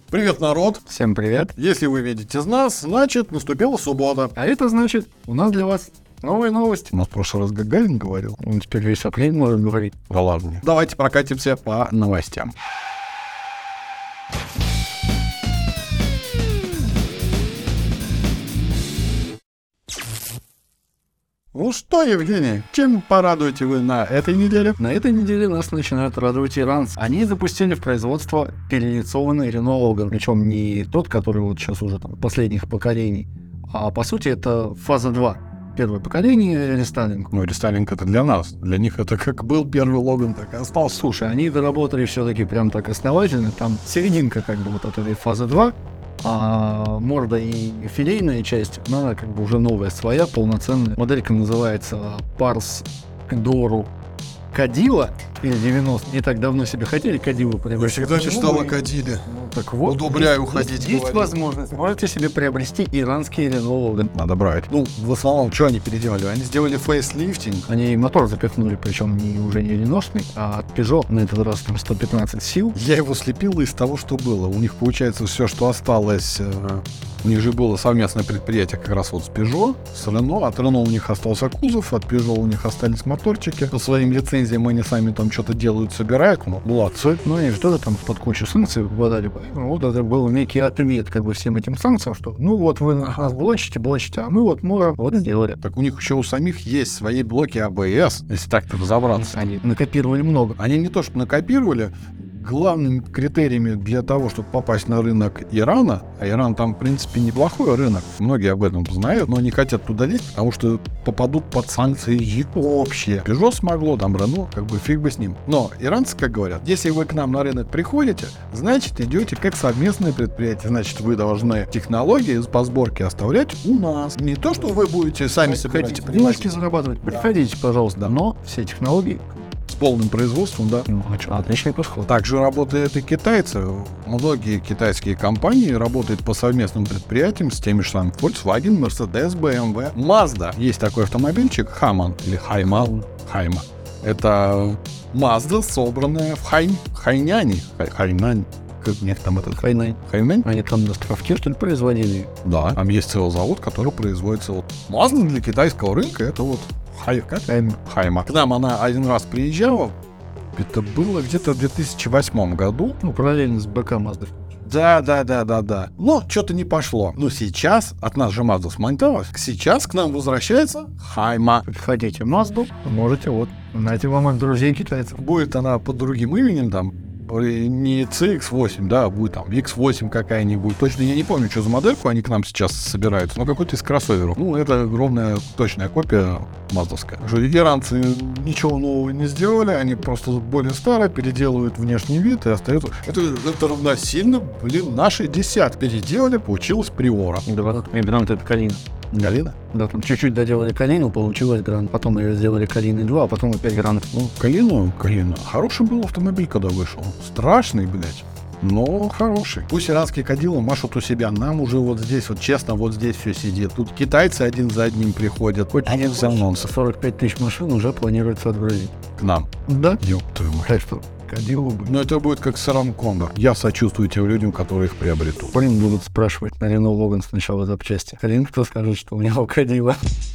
Привет, народ! Всем привет! Если вы видите нас, значит наступила суббота. А это значит, у нас для вас новые новости. У нас в прошлый раз Гагарин говорил. Он теперь весь апрель может говорить. Да ладно. Давайте прокатимся по новостям. Ну что, Евгений, чем порадуете вы на этой неделе? На этой неделе нас начинают радовать иранцы. Они запустили в производство перелицованный Renault Logan. Причем не тот, который вот сейчас уже там последних поколений, а по сути это фаза 2. Первое поколение рестайлинг. Ну, рестайлинг это для нас. Для них это как был первый Логан, так и остался. Слушай, они доработали все-таки прям так основательно. Там серединка как бы вот от этой фазы 2. А морда и филейная часть, она как бы уже новая, своя, полноценная. Моделька называется Pars Enduro Кадила или 90. Не так давно себе хотели Кадилу приобрести. Вы всегда мечтал о Кадиле. Ну, так вот. Удобряю уходить. Есть возможность. Можете себе приобрести иранский Renault Logan. Надо брать. Ну, в основном, что они переделали? Они сделали фейслифтинг. Они мотор запихнули, причем уже не реношный, а от Peugeot, на этот раз там 115 сил. Я его слепил из того, что было. У них, получается, все, что осталось... У них же было совместное предприятие как раз вот с Peugeot, с Renault. От Renault у них остался кузов, от Peugeot у них остались моторчики. По своим лицензиям они сами там что-то делают, собирают. Ну, молодцы. Ну, они что-то там под кучу санкций попадали. Поэтому вот это был некий ответ как бы всем этим санкциям, что ну вот вы нас блочите, а мы вот можем вот сделали. Так у них еще у самих есть свои блоки АБС, если так-то разобраться. Они накопировали много. Они не то что накопировали, главными критериями для того, чтобы попасть на рынок Ирана, а Иран там, в принципе, неплохой рынок, многие об этом знают, но не хотят туда лезть, потому что попадут под санкции общие. Peugeot смогло, там Renault, как бы фиг бы с ним. Но иранцы, как говорят, если вы к нам на рынок приходите, значит, идете как совместное предприятие, значит, вы должны технологии по сборке оставлять у нас. Не то, что вы будете сами собирать. Денежки зарабатывать. Приходите, пожалуйста, но все технологии с полным производством, да. Ну, отличный подход. Также работают и китайцы. Многие китайские компании работают по совместным предприятиям с теми же самыми Volkswagen, Mercedes, BMW, Mazda. Есть такой автомобильчик Хаман или Хайма. Это Mazda, собранная в Хайняне. Хайнань. Как у них там этот Хайнань. Хайнань? Они там на островке, что ли, производили? Да. Там есть целый завод, который производится вот Mazda для китайского рынка. Это вот Хайма. К нам она один раз приезжала. Это было где-то в 2008 году. Ну, параллельно с БК Mazda. Да. Но что-то не пошло. Но сейчас, от нас же Mazda смонталась, сейчас к нам возвращается Хайма. Хотите Mazda, можете вот. Знаете, вам от друзей китайцев. Будет она под другим именем там. Не CX-8, да, будет там X8 какая-нибудь. Точно я не помню, что за модельку они к нам сейчас собираются, но какой-то из кроссоверов. Ну, это огромная, точная копия маздовская. Иранцы ничего нового не сделали, они просто более старые, переделывают внешний вид и остается... Это равносильно, наши десятки переделали, получилось Приора. Да, Грант это Калина. Галина? Да, там чуть-чуть доделали Калину, получилось Грант. Потом ее сделали Калиной 2, а потом опять Грант. Ну, Калина. Хороший был автомобиль, когда вышел. Страшный, блядь. Но хороший. Пусть иранские кадилы машут у себя. Нам уже вот здесь, вот честно, вот здесь все сидит. Тут китайцы один за одним приходят. Хоть они за анонсов. 45 тысяч машин уже планируется отгрузить. К нам. Да? Ёб твою мать. Так что кадилу бы. Но это будет как с Ram Condor. Я сочувствую тем людям, которые их приобретут. Блин, будут спрашивать на Renault Logan сначала запчасти. Блин, кто скажет, что у него кадила.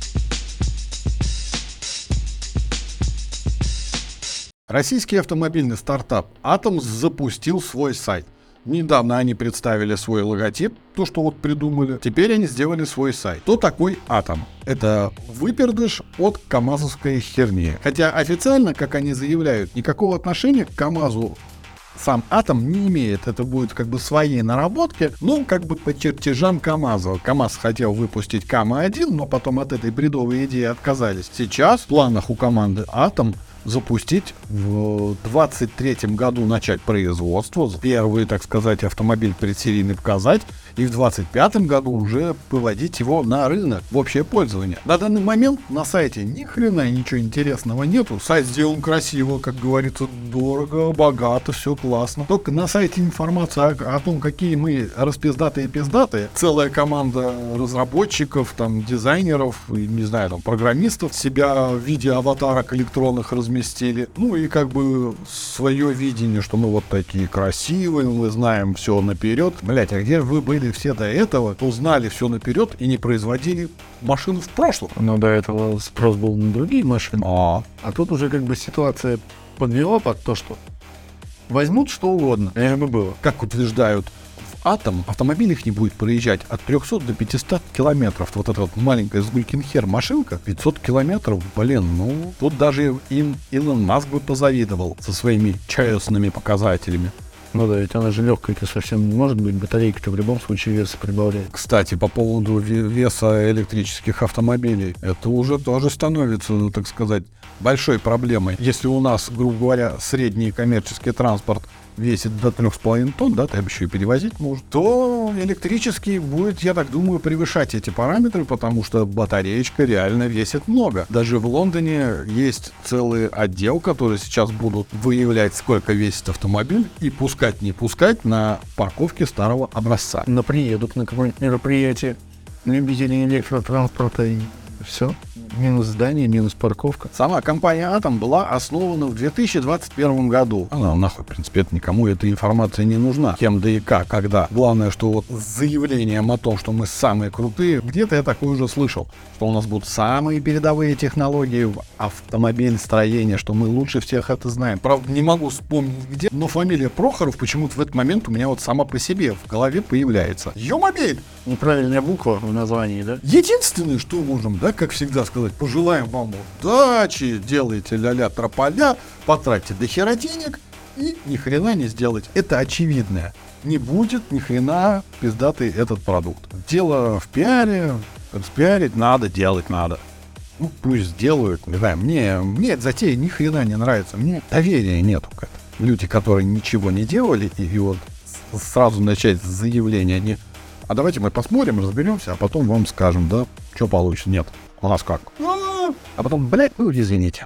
Российский автомобильный стартап Atom запустил свой сайт. Недавно они представили свой логотип, то, что вот придумали. Теперь они сделали свой сайт. Кто такой Atom? Это выпердыш от камазовской херни. Хотя официально, как они заявляют, никакого отношения к КамАЗу сам Atom не имеет. Это будет как бы свои наработки, но как бы по чертежам КамАЗа. КамАЗ хотел выпустить Кама-1, но потом от этой бредовой идеи отказались. Сейчас в планах у команды Atom запустить в 23-м году, начать производство, первый, так сказать, автомобиль предсерийный показать и в 2025 году уже выводить его на рынок в общее пользование. На данный момент на сайте ни хрена ничего интересного нету. Сайт сделан красиво, как говорится, дорого, богато, все классно. Только на сайте информация о том, какие мы распиздатые и пиздатые. Целая команда разработчиков, там, дизайнеров, и, не знаю, там, программистов себя в виде аватарок электронных разместили. Ну и как бы свое видение, что мы вот такие красивые, мы знаем все наперед. Блять, а где вы были все до этого, узнали все наперед и не производили машину в прошлом? Но до этого спрос был на другие машины. А тут уже как бы ситуация подвела под то, что возьмут что угодно. Это было. Как утверждают в Атом, автомобиль их не будет проезжать от 300 до 500 километров. Вот эта вот маленькая сгулькин-хер машинка, 500 километров, блин, ну, тут даже им Илон Маск бы позавидовал со своими честными показателями. Ну да, ведь она же легкая-то совсем не может быть, батарейка-то в любом случае вес прибавляет. Кстати, по поводу веса электрических автомобилей, это уже тоже становится, ну, так сказать, большой проблемой. Если у нас, грубо говоря, средний коммерческий транспорт весит до 3,5 тонн, да, там еще и перевозить может, то электрический будет, я так думаю, превышать эти параметры, потому что батареечка реально весит много. Даже в Лондоне есть целый отдел, который сейчас будут выявлять, сколько весит автомобиль, и пускать, не пускать на парковке старого образца. Но приедут на какое-нибудь мероприятие, любители электротранспорта и все. Минус здание, минус парковка. Сама компания Атом была основана в 2021 году. Она нахуй, в принципе, это никому эта информация не нужна. Кем, да и как, когда. Главное, что вот с заявлением о том, что мы самые крутые, где-то я такое уже слышал, что у нас будут самые передовые технологии в автомобильстроении, что мы лучше всех это знаем. Правда, не могу вспомнить где, но фамилия Прохоров почему-то в этот момент у меня вот сама по себе в голове появляется. Ё-мобиль! Неправильная буква в названии, да? Единственное, что можем, да, как всегда сказать, пожелаем вам удачи, делайте ля-ля трополя, потратьте до хера денег и ни хрена не сделать. Это очевидное. Не будет ни хрена пиздатый этот продукт. Дело в пиаре, распиарить надо, делать надо. Ну, пусть сделают, не знаю, мне эта затея ни хрена не нравится, мне доверия нету к этому. Люди, которые ничего не делали, и вот сразу начать с заявления, они... А давайте мы посмотрим, разберемся, а потом вам скажем, да, что получится. Нет, у нас как. А потом, блядь, вы извините.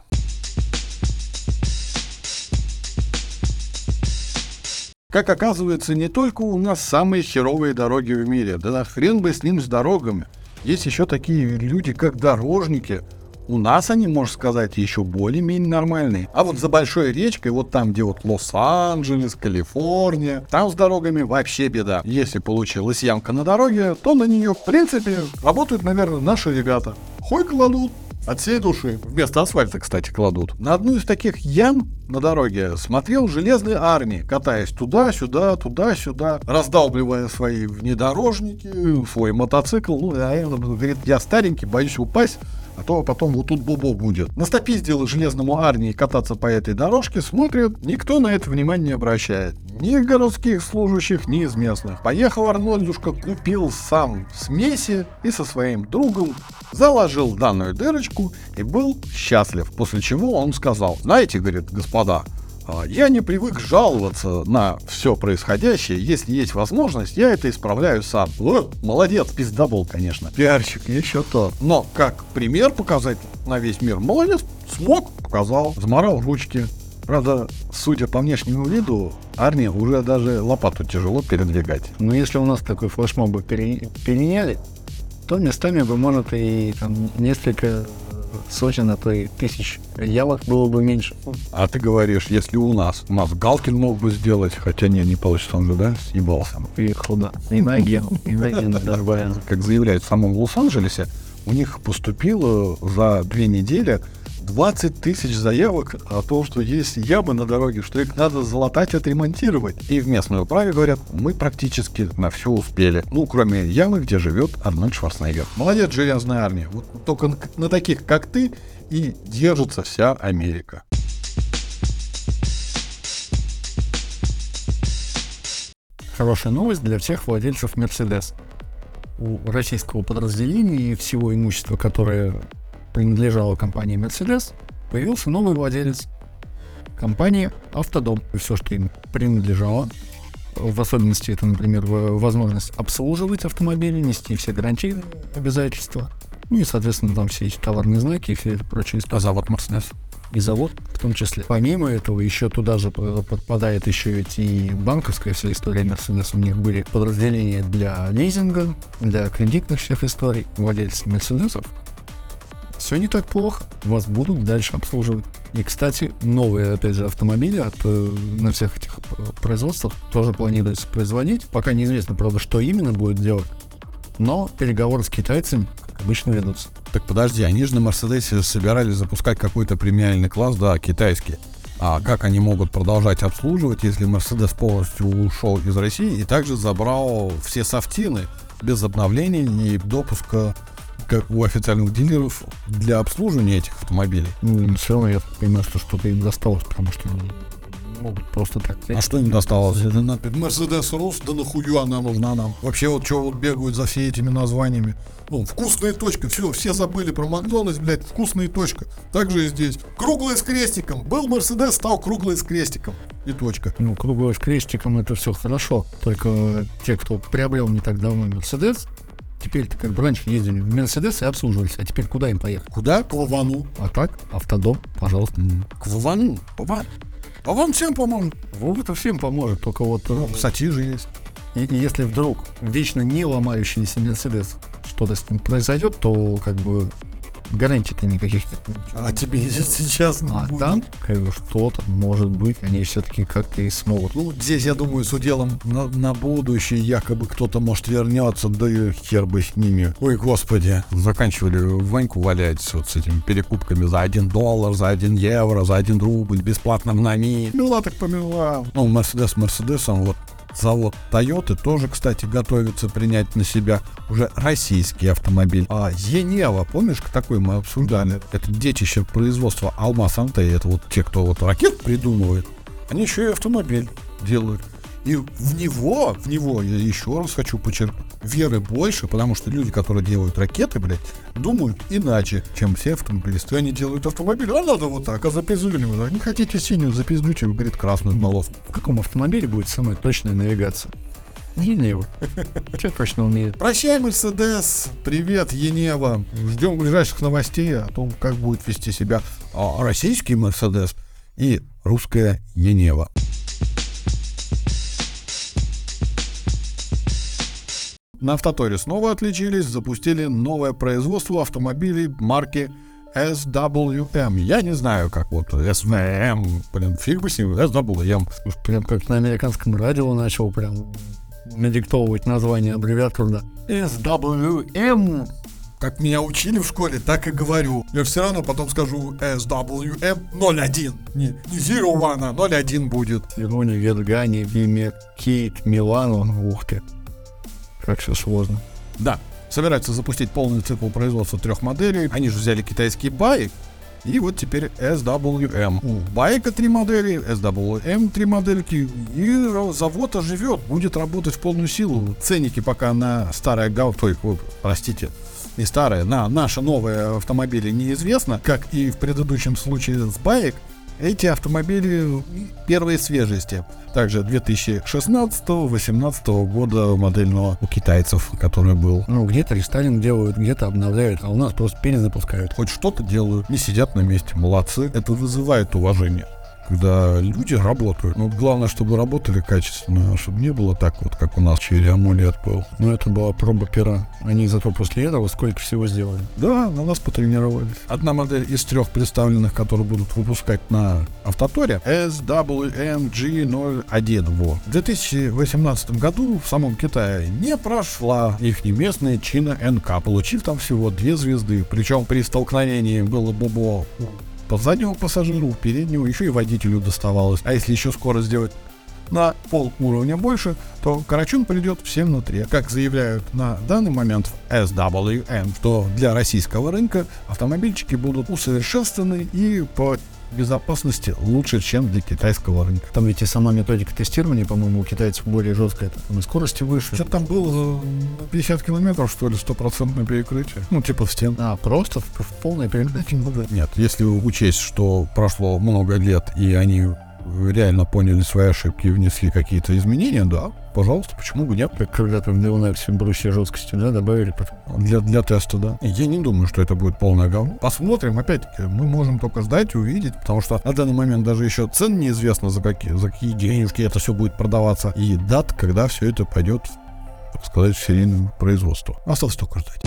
Как оказывается, не только у нас самые херовые дороги в мире. Да хрен бы с ним, с дорогами. Есть еще такие люди, как дорожники. У нас они, можно сказать, еще более-менее нормальные. А вот за большой речкой, вот там, где вот Лос-Анджелес, Калифорния, там с дорогами вообще беда. Если получилась ямка на дороге, то на нее, в принципе, работают, наверное, наши ребята. Хуй кладут от всей души. Вместо асфальта, кстати, кладут. На одну из таких ям на дороге смотрел Железной Армии, катаясь туда-сюда, туда-сюда, раздалбливая свои внедорожники, свой мотоцикл. Ну, говорит, я старенький, боюсь упасть, а то потом вот тут бобо будет. Настопиздило Железному Армии кататься по этой дорожке, смотрят, никто на это внимание не обращает. Ни городских служащих, ни из местных. Поехал Арнольдушка, купил сам смеси и со своим другом заложил данную дырочку и был счастлив. После чего он сказал, знаете, говорит, господа, я не привык жаловаться на все происходящее. Если есть возможность, я это исправляю сам. Вот, молодец, пиздобол, конечно. Пиарщик, еще то. Но как пример показать на весь мир, молодец, смог, показал, заморал ручки. Правда, судя по внешнему виду, армии уже даже лопату тяжело передвигать. Но если у нас такой флешмоб бы переняли, то местами бы, может, и там несколько сотен, а то и тысяч явок было бы меньше. А ты говоришь, если у нас Галкин мог бы сделать, хотя не получится, он же, да, съебался. Приехал, да. И наел, нормально. Как заявляют в самом Лос-Анджелесе, у них поступило за 2 недели 20 тысяч заявок о том, что есть ямы на дороге, что их надо залатать, отремонтировать. И в местной управе говорят, мы практически на все успели. Ну, кроме ямы, где живет Арнольд Шварценеггер. Молодец, Железная Армия. Вот только на таких, как ты, и держится вся Америка. Хорошая новость для всех владельцев Mercedes. У российского подразделения и всего имущества, которое принадлежала компании Mercedes, появился новый владелец компании Автодом. И все, что им принадлежало, В особенности это, например, возможность обслуживать автомобили, нести все гарантийные обязательства. Ну и, соответственно, там все эти товарные знаки и все это прочее. А завод Мерседес? И завод в том числе. Помимо этого, еще туда же подпадает еще ведь и банковская вся история Mercedes. У них были подразделения для лизинга, для кредитных всех историй. Владельцы Мерседесов. Все не так плохо. Вас будут дальше обслуживать. И, кстати, новые, опять же, автомобили на всех этих производствах тоже планируется производить. Пока неизвестно, правда, что именно будет делать. Но переговоры с китайцами, как обычно, ведутся. Так подожди, они же на Мерседесе собирались запускать какой-то премиальный класс, да, китайский. А как они могут продолжать обслуживать, если Мерседес полностью ушел из России и также забрал все софтины без обновлений и допуска, как у официальных дилеров, для обслуживания этих автомобилей? Все равно я понимаю, что что-то им досталось, потому что могут просто так. А что им досталось? Мерседес Рус, да нахуя она нужна нам? Вообще вот что вот бегают за все этими названиями? Ну, вкусная точка, все забыли про Макдональдс, блядь, вкусная точка. Так же и здесь. Круглая с крестиком. Был Мерседес, стал круглый с крестиком. И точка. Ну, круглая с крестиком это все хорошо. Только те, кто приобрел не так давно Мерседес, теперь-то как бы раньше ездили в Мерседес и обслуживались, а теперь куда им поехать? Куда? К Вовану. А так, автодом, пожалуйста. К Вовану? Вован всем поможет. Вот это всем поможет, только вот... Кстати, же есть. И если вдруг вечно не ломающийся Мерседес что-то с ним произойдет, то как бы гарантий-то никаких нет. А тебе сейчас будет. Там как бы что-то может быть, они все-таки как-то и смогут. Ну, здесь, я думаю, с уделом на будущее якобы кто-то может вернется, да и хер бы с ними. Ой, господи. Заканчивали Ваньку валять вот с этими перекупками за $1, за 1 евро, за 1 рубль, бесплатно на миг. Мила так помила. Ну, Мерседесом вот. Завод Toyota тоже, кстати, готовится принять на себя уже российский автомобиль. А Енева, помнишь, такой мы обсуждали? Это детище производства Алмаз-Антей. Это вот те, кто вот ракет придумывает. Они еще и автомобиль делают. И в него, я еще раз хочу подчеркнуть, веры больше, потому что люди, которые делают ракеты, блядь, думают иначе, чем все автомобилисты. Они делают автомобиль, а надо вот так, а запиздули вы. Не хотите синюю, запиздуйте, говорит, красную полоску. В каком автомобиле будет самая точная навигация? Енева. Что точно умеет? Прощай, Мерседес. Привет, Енева. Ждем ближайших новостей о том, как будет вести себя российский Мерседес и русская Енева. На Автоторе снова отличились, запустили новое производство автомобилей марки SWM. Я не знаю, как вот SWM, блин, фиг бы с ним, SWM. Прям как на американском радио начал прям надиктовывать название аббревиатур, да. SWM. Как меня учили в школе, так и говорю. Я все равно потом скажу SWM 01. Не 01, а 01 будет. Ирония, Вергани, Вимер, Кейт, Милану. Ух ты. Как все сложно. Да, собираются запустить полный цикл производства 3 моделей. Они же взяли китайский байк. И вот теперь SWM. У байка 3 модели, SWM 3 модельки. И завод оживет, будет работать в полную силу. Ценники пока на старое простите, не старое, на наши новые автомобили неизвестно. Как и в предыдущем случае с байк. Эти автомобили первой свежести. Также 2016-2018 года модельного у китайцев, который был. Ну, где-то рестайлинг делают, где-то обновляют, а у нас просто перезапускают. Хоть что-то делают, не сидят на месте, молодцы. Это вызывает уважение, когда люди работают. Но главное, чтобы работали качественно, чтобы не было так вот, как у нас через AMOLED был. Но это была проба пера. Они зато после этого сколько всего сделали. Да, на нас потренировались. Одна модель из 3 представленных, которые будут выпускать на Автоторе, SWMG01. В 2018 году в самом Китае не прошла их местная China NK, получив там всего 2 звезды. Причем при столкновении было бобо по заднему пассажиру, переднему, еще и водителю доставалось. А если еще скоро сделать на пол уровня больше, то карачун придет всем внутри. Как заявляют на данный момент в SWM, что для российского рынка автомобильчики будут усовершенствованы и по безопасности лучше, чем для китайского рынка. Там ведь и сама методика тестирования, по-моему, у китайцев более жесткая, там и скорости выше. Что там было 50 километров, что ли, 100% перекрытие? Ну, типа в стен. А, просто в полное перекрытие? Нет, если учесть, что прошло много лет, и они реально поняли свои ошибки и внесли какие-то изменения, да, пожалуйста, почему бы нет? Как когда-то в Neonex брусья жесткости, да, добавили потом. Для теста, да. Я не думаю, что это будет полное говно. Посмотрим, опять-таки, мы можем только ждать и увидеть, потому что на данный момент даже еще цен неизвестно, за какие денежки это все будет продаваться, и дат, когда все это пойдет, так сказать, в серийное производство. Осталось только ждать.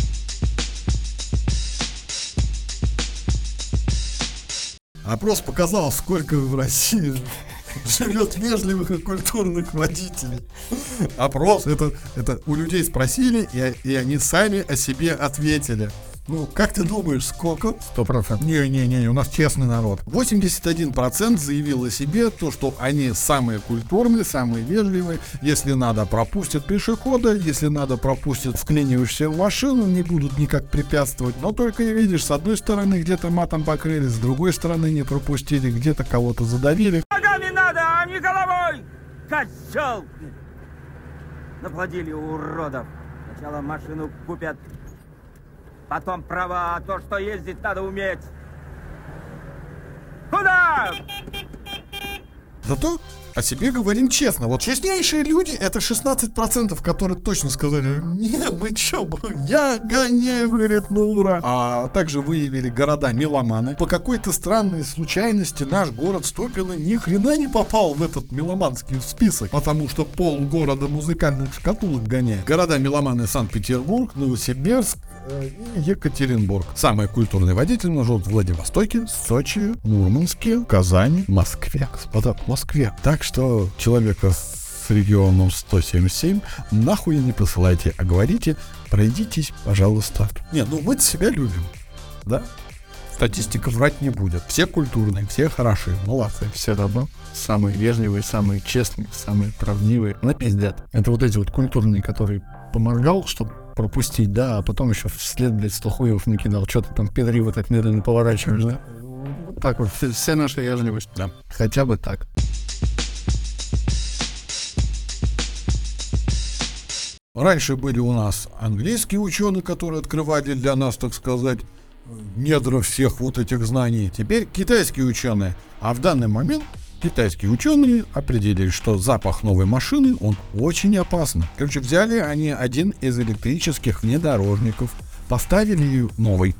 Опрос показал, сколько в России живет вежливых и культурных водителей. Опрос, это у людей спросили, и они сами о себе ответили. Ну, как ты думаешь, сколько? 100%. Не, у нас честный народ. 81% заявил о себе то, что они самые культурные, самые вежливые. Если надо, пропустят пешехода, если надо, пропустят вклиниваешься в машину, не будут никак препятствовать. Но только и видишь, с одной стороны где-то матом покрыли, с другой стороны не пропустили, где-то кого-то задавили. Ногами надо, а не головой! Козел! Наплодили уродов. Сначала машину купят, потом права, а то, что ездить надо уметь. Куда? Зато о себе говорим честно. Вот честнейшие люди — это 16%, которые точно сказали: не, мы чё, я гоняю, говорит, ну ура. А также выявили города-меломаны. По какой-то странной случайности наш город Ступино ни хрена не попал в этот меломанский список, потому что полгорода музыкальных шкатулок гоняет. Города-меломаны: Санкт-Петербург, Новосибирск и Екатеринбург. Самый культурный водитель нас ждет в Владивостоке, Сочи, Мурманске, Казани, Москве. Господа, в Москве. Так что человека с регионом 177 нахуй не посылайте, а говорите: пройдитесь, пожалуйста. Не, ну мы себя любим, да? Статистика врать не будет. Все культурные, все хорошие, молодцы. Все равно самые вежливые, самые честные, самые правдивые напиздят. Это вот эти вот культурные, которые поморгал, чтобы пропустить, да, а потом еще вслед, блядь, 100 хуев накидал. Что ты там, пидори, вот так медленно поворачиваешь, да? Вот так вот, вся наша вежливость. Да. Хотя бы так. Раньше были у нас английские ученые, которые открывали для нас, так сказать, недра всех вот этих знаний. Теперь китайские ученые. А в данный момент китайские ученые определили, что запах новой машины, он очень опасный. Короче, взяли они один из электрических внедорожников, поставили новый.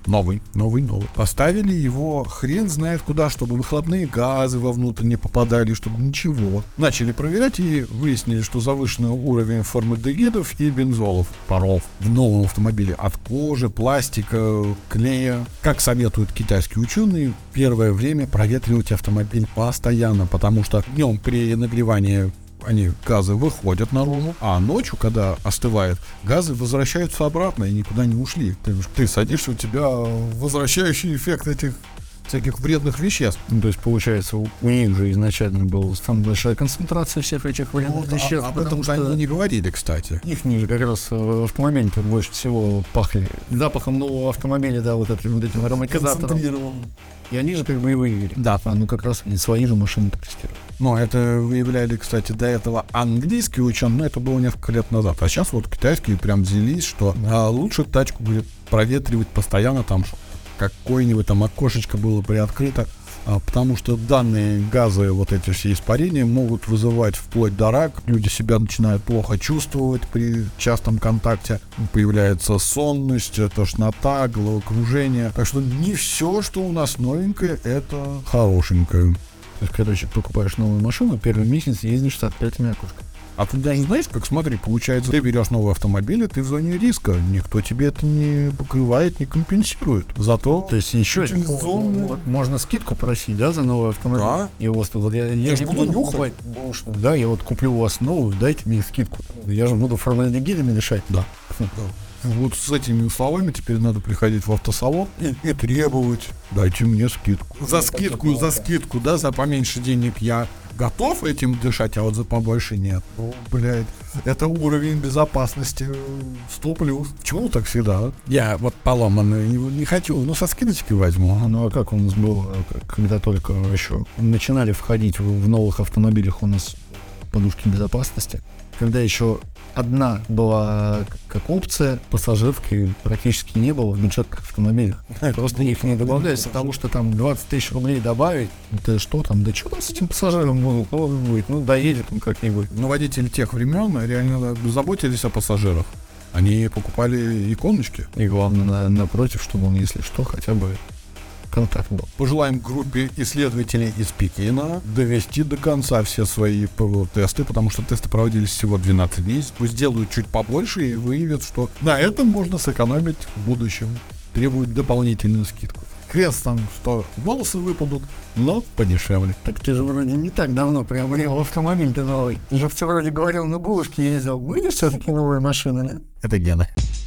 Поставили его хрен знает куда, чтобы выхлопные газы вовнутрь не попадали, чтобы ничего. Начали проверять и выяснили, что завышенный уровень формальдегидов и бензолов, паров в новом автомобиле от кожи, пластика, клея. Как советуют китайские ученые, первое время проветривать автомобиль постоянно, потому что днем при нагревании газы выходят наружу, а ночью, когда остывает, газы возвращаются обратно и никуда не ушли. Ты садишься, у тебя возвращающий эффект этих всяких вредных веществ. Ну, то есть, получается, у них же изначально была самая большая концентрация всех этих вредных веществ. Об этом они не говорили, кстати. Их же как раз в автомобиле больше всего пахли запахом нового автомобиля, да, вот этим ароматизатором. И они же как бы и выявили. Да. Ну как раз они свои же машины тестировали. Но это выявляли, кстати, до этого английские ученые, но это было несколько лет назад. А сейчас вот китайские прям взялись, что лучше тачку будет проветривать постоянно, там какое-нибудь там окошечко было приоткрыто, потому что данные газы, вот эти все испарения могут вызывать вплоть до рака. Люди себя начинают плохо чувствовать при частом контакте, появляется сонность, тошнота, головокружение. Так что не все, что у нас новенькое, это хорошенькое. То есть, короче, покупаешь новую машину, первый месяц ездишь с открытыми окошками. А ты даже знаешь, как, смотри, получается, ты берешь новый автомобиль, и ты в зоне риска. Никто тебе это не покрывает, не компенсирует. Зато... То есть еще можно скидку просить, да, за новый автомобиль? Да. И вот я же буду нюхать. Да, я вот куплю у вас новую, дайте мне скидку. Я же буду формальдегидами лишать. Да. Вот с этими словами теперь надо приходить в автосалон и требовать: дайте мне скидку. За скидку, да, за поменьше денег я готов этим дышать, а вот за побольше нет. Ну, блядь, это уровень безопасности 100+. Почему так всегда? Я вот поломанный не хочу, но со скидочки возьму. Ну а как у нас было, когда только еще начинали входить в новых автомобилях у нас подушки безопасности? когда еще одна была как опция, пассажирской практически не было в бюджетных автомобилях. Просто их не добавляется, потому что там 20 тысяч рублей добавить, да что там, да что там с этим пассажиром будет, ну доедет он как-нибудь. Но водители тех времен реально заботились о пассажирах. Они покупали иконочки. И главное, напротив, чтобы он, если что, хотя бы контакт был. Пожелаем группе исследователей из Пекина довести до конца все свои тесты, потому что тесты проводились всего 12 дней. Пусть сделают чуть побольше и выявят, что на этом можно сэкономить в будущем. Требуют дополнительную скидку. Крест там, что волосы выпадут, но подешевле. Так ты же вроде не так давно приобрел автомобиль ты новый. Ты же все вроде говорил, на булочке ездил. Будешь все-таки новая машина, да? Это Гена.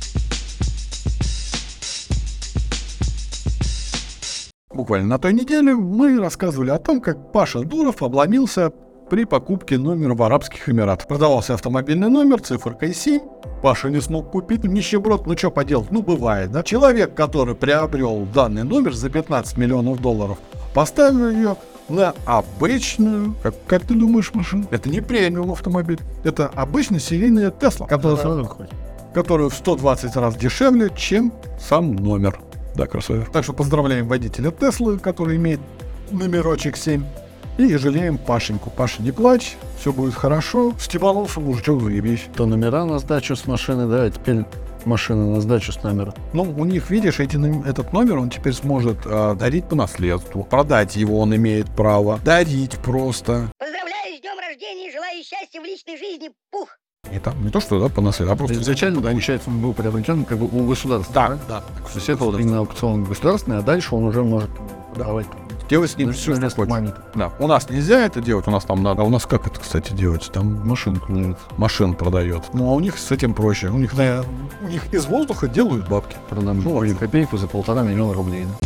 Буквально на той неделе мы рассказывали о том, как Паша Дуров обломился при покупке номера в Арабских Эмиратах. Продавался автомобильный номер цифрой 7. Паша не смог купить, нищеброд, ну что поделать, ну бывает, да? Человек, который приобрел данный номер за 15 миллионов долларов, поставил ее на обычную, как ты думаешь, машину? Это не премиум автомобиль, это обычная серийная Тесла, которая в 120 раз дешевле, чем сам номер. Да, кроссовер. Так что поздравляем водителя Теслы, который имеет номерочек 7. И жалеем Пашеньку. Паша, не плачь, все будет хорошо. Стебанулся мужичок, заебись. То номера на сдачу с машины, да, а теперь машина на сдачу с номера. Ну, у них, видишь, этот номер он теперь сможет дарить по наследству. Продать его он имеет право. Дарить просто. Поздравляю с днем рождения и желаю счастья в личной жизни, Пух! Не то, что да, по наследству, а просто... Изначально, получается, он был приобретен как бы у государства. Да. То есть это вот именно аукцион государственный, а дальше он уже может давать. Делать с ним все, что хочешь. Да. У нас нельзя это делать, у нас там надо. А у нас как это, кстати, делать? Там машин продает. Ну, а у них с этим проще. У них из воздуха делают бабки. Продам копейку за 1,5 миллиона рублей. Да?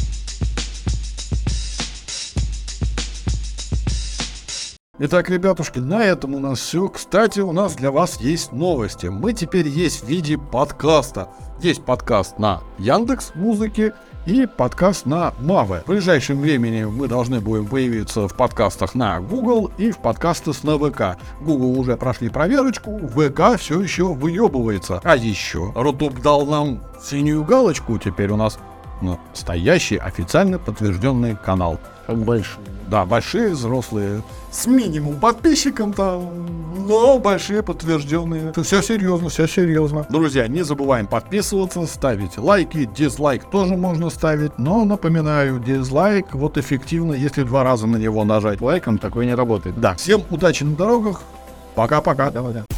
Итак, ребятушки, на этом у нас все. Кстати, у нас для вас есть новости. Мы теперь есть в виде подкаста. Есть подкаст на Яндекс.Музыке и подкаст на Маве. В ближайшем времени мы должны будем появиться в подкастах на Google и в подкастах на ВК. Google уже прошли проверочку, ВК все еще выебывается. А еще Рутуб дал нам синюю галочку. Теперь у нас настоящий официально подтвержденный канал. Как большие. Да, большие, взрослые, с минимум подписчиком там, но большие подтвержденные. Все серьезно, все серьезно. Друзья, не забываем подписываться, ставить лайки, дизлайк тоже можно ставить, но напоминаю, дизлайк вот эффективно, если 2 раза на него нажать. Лайком такой не работает. Да, всем удачи на дорогах, пока-пока. Давай.